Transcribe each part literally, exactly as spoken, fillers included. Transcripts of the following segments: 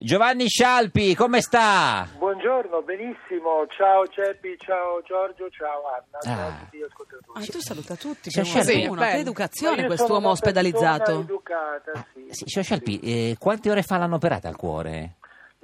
Giovanni Scialpi, come sta? Buongiorno, benissimo, ciao Ceppi, ciao Giorgio, ciao Anna, ciao Ah. a tutti gli ascoltatori. Ah, tu saluta tutti, Signor che Scialpi. uno, che educazione Io quest'uomo sono una ospedalizzato. persona educata, sì. Sì, signor Scialpi, eh, quante ore fa l'hanno operata al cuore? Eh,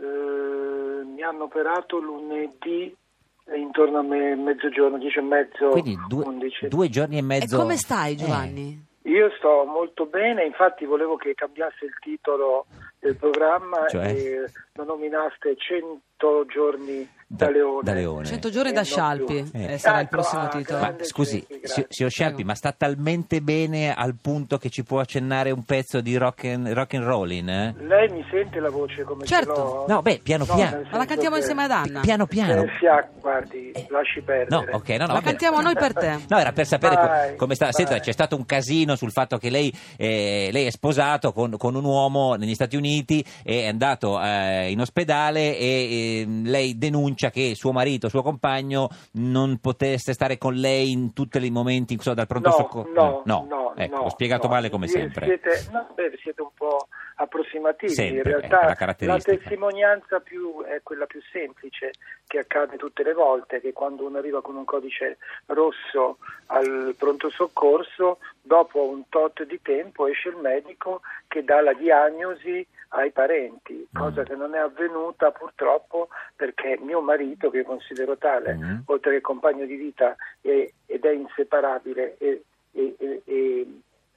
mi hanno operato lunedì eh, intorno a me, mezzogiorno, dieci e mezzo, Quindi due, undici. due giorni e E mezzo. come stai, Eh. Giovanni? Io sto molto bene, infatti volevo che cambiasse il titolo del programma Cioè? e lo nominaste cento giorni da, Da- Leone. da Leone. cento giorni Eh, da non Scialpi, più. eh, Eh. sarà il Ecco, prossimo ah, titolo. Ma grande scusi, Ceppi, si- grazie. signor Scialpi, Prego. ma sta talmente bene al punto che ci può accennare un pezzo di rock and, rock and rollin? Eh? Lei mi sente la voce come Certo. ce l'ho? No, beh, piano piano. nel Ma la senso cantiamo che- insieme ad Anna? Piano piano. Eh, fia- guardi, lasci No, perdere. ok, no, no. La vabbè. cantiamo noi per te. No, era per sapere co- Vai, come sta. Senta, vai. c'è stato un casino sul fatto che lei, eh, lei è sposato con, con un uomo negli Stati Uniti, è andato eh, in ospedale e eh, lei denuncia che suo marito, suo compagno, non potesse stare con lei in tutti i momenti, insomma, dal pronto No, soccorso. no, no, no, ecco, no, ho spiegato no. male come Sie- sempre. Siete, no, beh, siete un po' approssimativi. Sempre, in beh, realtà la la caratteristica. testimonianza più è quella più semplice che accade tutte le volte, che quando uno arriva con un codice rosso al pronto soccorso, dopo un tot di tempo esce il medico che dà la diagnosi ai parenti, cosa che non è avvenuta purtroppo perché mio marito, che io considero tale, Mm. oltre che compagno di vita è- ed è inseparabile e, e- e- e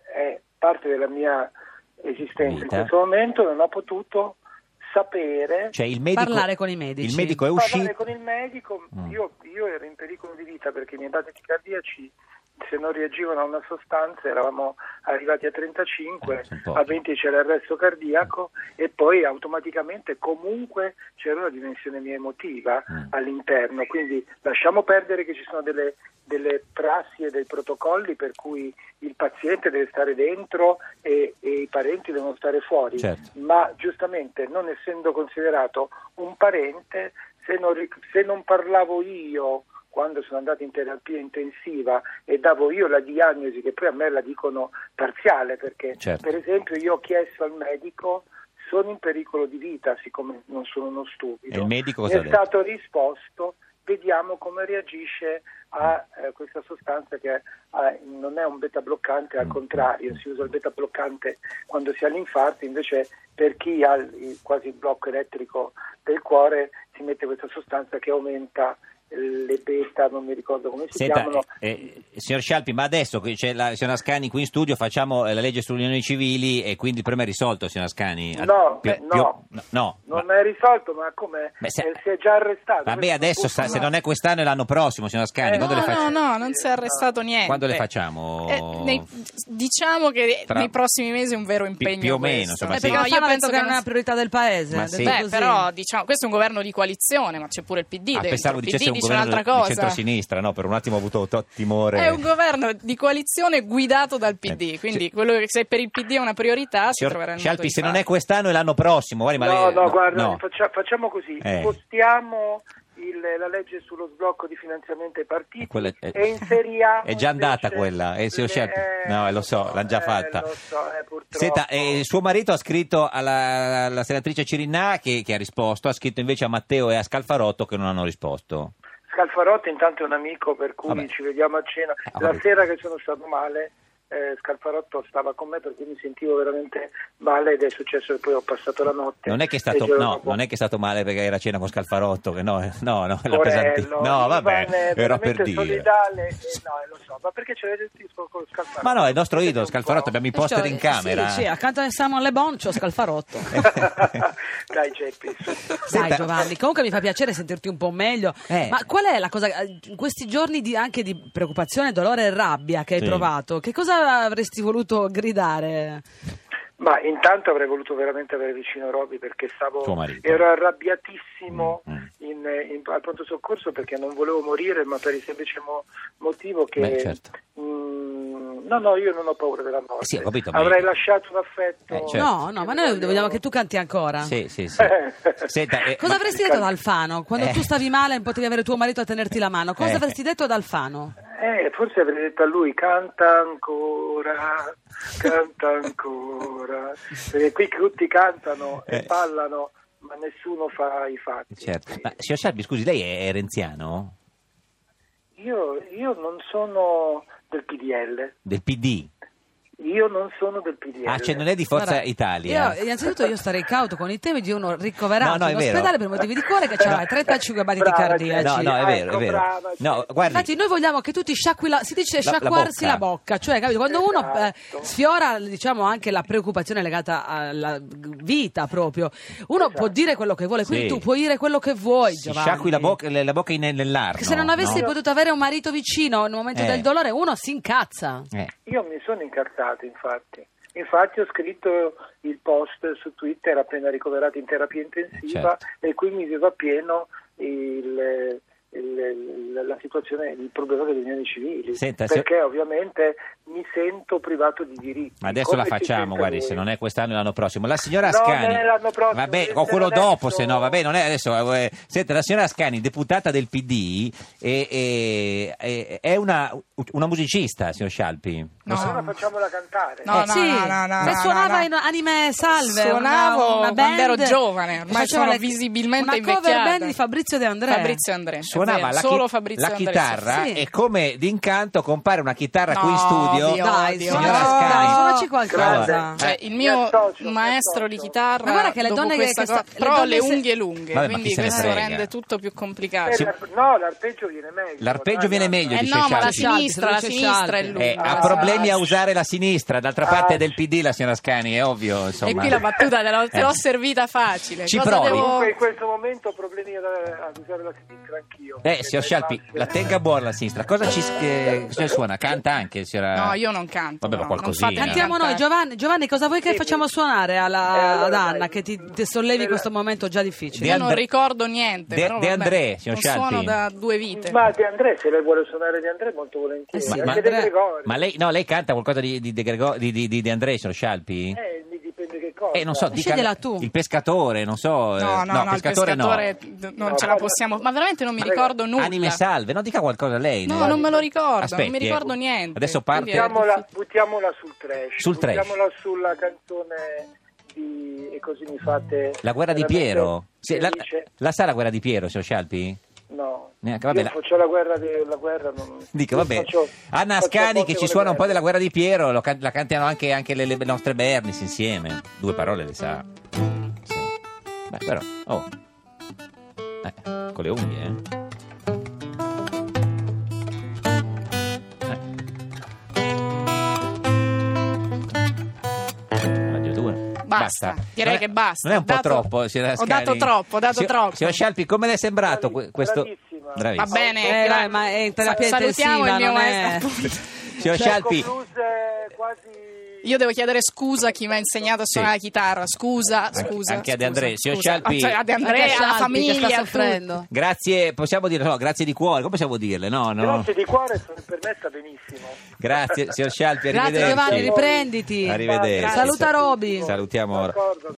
è parte della mia esistenza Vita. in questo momento, non ho potuto sapere. Cioè, il medico, Parlare con i medici. il medico è Parlare uscito. con il medico, Mm. io, io ero in pericolo di vita perché i miei battiti cardiaci, se non reagivano a una sostanza, eravamo arrivati a trentacinque, Eh, sono pochi. a venti c'era il arresto cardiaco e poi automaticamente comunque c'era una dimensione mia emotiva Mm. all'interno, quindi lasciamo perdere che ci sono delle, delle prassi e dei protocolli per cui il paziente deve stare dentro e, e i parenti devono stare fuori, Certo. ma giustamente non essendo considerato un parente, se non, ric- se non parlavo io quando sono andato in terapia intensiva e davo io la diagnosi, che poi a me la dicono parziale, perché Certo. per esempio io ho chiesto al medico: sono in pericolo di vita, siccome non sono uno stupido. E il medico Mi cosa ha è detto? stato risposto: vediamo come reagisce a eh, questa sostanza che eh, non è un beta bloccante, al Mm. contrario, si usa il beta bloccante quando si ha l'infarto, invece per chi ha il, il- quasi il blocco elettrico del cuore si mette questa sostanza che aumenta le beta, non mi ricordo come si Senta, chiamano. eh, eh, signor Scialpi, ma adesso che c'è la signora Ascani qui in studio, facciamo eh, la legge sulle unioni civili e quindi il problema è risolto, signora Ascani? No, Più- eh, più- no. no, no, Non ma- è risolto, ma come? Beh, se- Eh, si è già arrestato. Vabbè, Questo adesso sta- se no. non è quest'anno è l'anno prossimo, signora Ascani, Eh, quando le No, facciamo? no, no, non si è arrestato niente. Quando le facciamo? Eh, nei- diciamo che Tra- nei prossimi mesi è un vero Pi- impegno. più o meno, questo. insomma, Eh, sì. perché No, Alfano io ha detto penso che che non è una priorità del paese. Ma ha sì. detto Beh, così. però diciamo, questo è un governo di coalizione, ma c'è pure il P D. Ah, dentro. pensavo il P D dicesse un dice governo un'altra di cosa. centrosinistra, no? Per un attimo ho avuto to- timore. È un governo di coalizione guidato dal P D, Eh, quindi sì. quello che se per il P D è una priorità si Signor troverà il modo Scialpi, di se non è farlo. quest'anno è l'anno prossimo, guardi, ma No, lei- no, guarda, no. faccia- facciamo così, Eh. spostiamo il- la legge sullo sblocco di finanziamento ai partiti E quella è- e inseriamo è già andata invece quella, eh, signor le- Scialpi. eh, No, lo so, l'hanno già eh, fatta. lo so, eh, purtroppo. Senta, eh, suo marito ha scritto alla, alla senatrice Cirinnà che, che ha risposto, ha scritto invece a Matteo e a Scalfarotto che non hanno risposto. Scalfarotto intanto è un amico, per cui Vabbè. ci vediamo a cena. Ah, La vabbè. sera che sono stato male, eh, Scalfarotto stava con me perché mi sentivo veramente male ed è successo che poi ho passato la notte. Non è che è e stato, c'ero no, un po'- non è che è stato male perché era a cena con Scalfarotto, che no, eh, no, no, la Porello, pesanti- No, vabbè, Ivan è era per veramente dire. solidale, eh, no, eh, lo so, ma perché ce l'avete il tipo con Scalfarotto? Ma no, è il nostro Siete idolo, un po'- Scalfarotto, abbiamo i poster in camera. Sì, sì, accanto a Samuel Le Bon c'ho Scalfarotto. Dai Geppi, su. Dai Senta- Giovanni, comunque mi fa piacere sentirti un po' meglio. Eh. Ma qual è la cosa, in questi giorni di, anche di preoccupazione, dolore e rabbia che hai Sì. provato, che cosa avresti voluto gridare? Ma intanto avrei voluto veramente avere vicino Roby perché stavo Tuo marito. ero arrabbiatissimo Mm, mm. in, in- al pronto soccorso perché non volevo morire, ma per il semplice mo- motivo che Beh, certo. mm, no no io non ho paura della morte. Sì, ho capito, ma- avrei lasciato un affetto. Eh, certo. No, no, ma noi vogliamo che tu canti ancora. Sì, sì, sì. Senta, eh, Cosa ma- avresti detto ad Alfano? Quando Eh. tu stavi male e potevi avere tuo marito a tenerti la mano, cosa Eh. avresti detto ad Alfano? Eh, forse avrei detto a lui: canta ancora, canta ancora, perché qui tutti cantano e Eh. ballano ma nessuno fa i fatti. Certo. Ma signor Scialpi, scusi, lei è, è renziano? Io, io non sono del P D L. Del P D? Io non sono del P D L. Ah, cioè non è di Forza Guarda, Italia? Io, innanzitutto io starei cauto con i temi di uno ricoverato No, no, è in vero. ospedale per motivi di cuore che aveva trentacinque battiti Brava, cardiaci. No, no, è vero, Ecco, è vero. brava, No, guardi, Infatti noi vogliamo che tu ti sciacqui la, si dice La- la sciacquarsi bocca. la bocca, cioè capito? Quando uno eh, Esatto. sfiora diciamo anche la preoccupazione legata alla vita proprio, uno può dire quello che vuole, quindi Sì. tu puoi dire quello che vuoi, si Giovanni. sciacqui la bocca, la bocca in, nell'arno. Che se non avessi no? potuto avere un marito vicino nel momento Eh. del dolore uno si incazza. Eh. Io mi sono incartato, infatti. Infatti ho scritto il post su Twitter appena ricoverato in terapia intensiva, Certo. e qui mi vivo appieno il, il, il- la situazione, il problema delle unioni civili. Senta, se- perché ovviamente mi sento privato di diritti. Ma adesso Come la si facciamo, sente guardi, lui? se non è quest'anno e l'anno prossimo. La signora No, Ascani. non è l'anno prossimo, Vabbè, deve o quello essere dopo, adesso. se no, vabbè, non è adesso. eh, Senta, la signora Ascani, deputata del P D, è, è- è- è una, una musicista, signor Scialpi. No. Allora facciamola cantare. No, Eh, no, sì, no, no, no, se no, suonava no. in Anime Salve, Suonavo una, una band, quando ero giovane, ormai faceva sono le- visibilmente una cover invecchiata. band di Fabrizio De André. Fabrizio André, è Suonava vero, la, solo chi- Fabrizio la André, chitarra sì. e come d'incanto compare una chitarra qui in No, studio. ovvio. Dai, Odio. suonaci, Signora dai, Ascani. suonaci qualcosa. Grande. Cioè, il Mi mio associo, mi maestro di associo. chitarra, Ma guarda che le dopo donne che- questa che sta- cosa- le però donne le se- unghie lunghe, Vabbè, ma chi quindi se ne questo frega? rende tutto più complicato. Eh, Sì. l'ar- no, l'arpeggio viene meglio. L'arpeggio dai, viene dai. meglio, Eh dice no, ma la Scialpi. sinistra, la Scialpi, sinistra è Scialpi. lunga. Eh, ha Ah, problemi a sì. usare la sinistra, d'altra parte Ah, è del sì. P D la signora Ascani, è ovvio. Insomma. E qui la battuta te l'ho, te l'ho Eh. servita facile. Ci Cosa provi. devo- Comunque in questo momento ho problemi ad, ad usare la sinistra anch'io. Eh, Perché signor dai Scialpi, bassi- la tenga buona la sinistra. Cosa ci eh, cosa suona? Canta anche, signora? No, io non canto. Vabbè, ma no, non qualcosina. fatemi Cantiamo noi, cantare. Giovanni, Giovanni, cosa vuoi che Sì, facciamo sì. suonare alla- Eh, allora ad Anna dai. che ti, ti sollevi questo momento già difficile? De Io non Andre- ricordo niente. De- però De vabbè, André, signor non suono Scialpi. da due vite. Ma De André, se lei vuole suonare De André, molto volentieri. Eh sì, Anche ma De Andrea- Gregori. Ma lei, no, lei canta qualcosa di, di, De Grego- di, di, di De André, signor Scialpi? Eh, mi dipende che cosa. Eh, non so, dica- Scegliela tu. il pescatore, non so. eh, No, no, no, il pescatore no. d- non No, ce la guarda- possiamo. Ma veramente non mi Prego. ricordo nulla. Anime salve, no, dica qualcosa lei. No, ne- non me lo ricordo, Aspetti, non mi ricordo eh. niente. Adesso parte- Quindi è Buttiamola, difficile. buttiamola sul trash. Sul trash. Buttiamola sulla canzone di... E così mi fate... La guerra di veramente Piero. Sì, la, felice. la sa la guerra di Piero, signor Scialpi? No. Neanche, vabbè, Io la- faccio la guerra, di, la guerra non... Dica, io vabbè. faccio- Anna faccio Ascani poche che ci con le suona un po' guerre. della guerra di Piero, lo can- la cantiamo anche, anche le, le nostre Bernis insieme. Due parole le sa. Sì. Beh, però, oh. Eh, con le unghie, eh. Eh. Radio due. Basta, direi Non è- che basta. Non è un po' Ho dato- troppo, signora ho Ascani? dato troppo, ho dato Signor- troppo. Signor Scialpi, come le è sembrato Bravi- que- questo? bravissima. Bravissimo. Va bene, Eh, gra- dai, ma è in terapia sa- salutiamo intensiva, il mio non è- maestro. appunto. Signor Cioè, Scialpi, con blues, eh, quasi... Io devo chiedere scusa a chi mi ha insegnato a suonare Sì. la chitarra. Scusa, scusa. anche a De scusa, André. Signor scusa. Scialpi- Cioè, a De André, Anche alla Scialpi, che famiglia. sta a tutti. soffrendo. grazie, possiamo dire, no, grazie di cuore, come possiamo dirle? No, no. Grazie di cuore, sono per me sta benissimo. Grazie, signor Scialpi, Grazie arrivederci. Giovanni, riprenditi. Arrivederci. Saluta Roby. Salutiamo ora. D'accordo.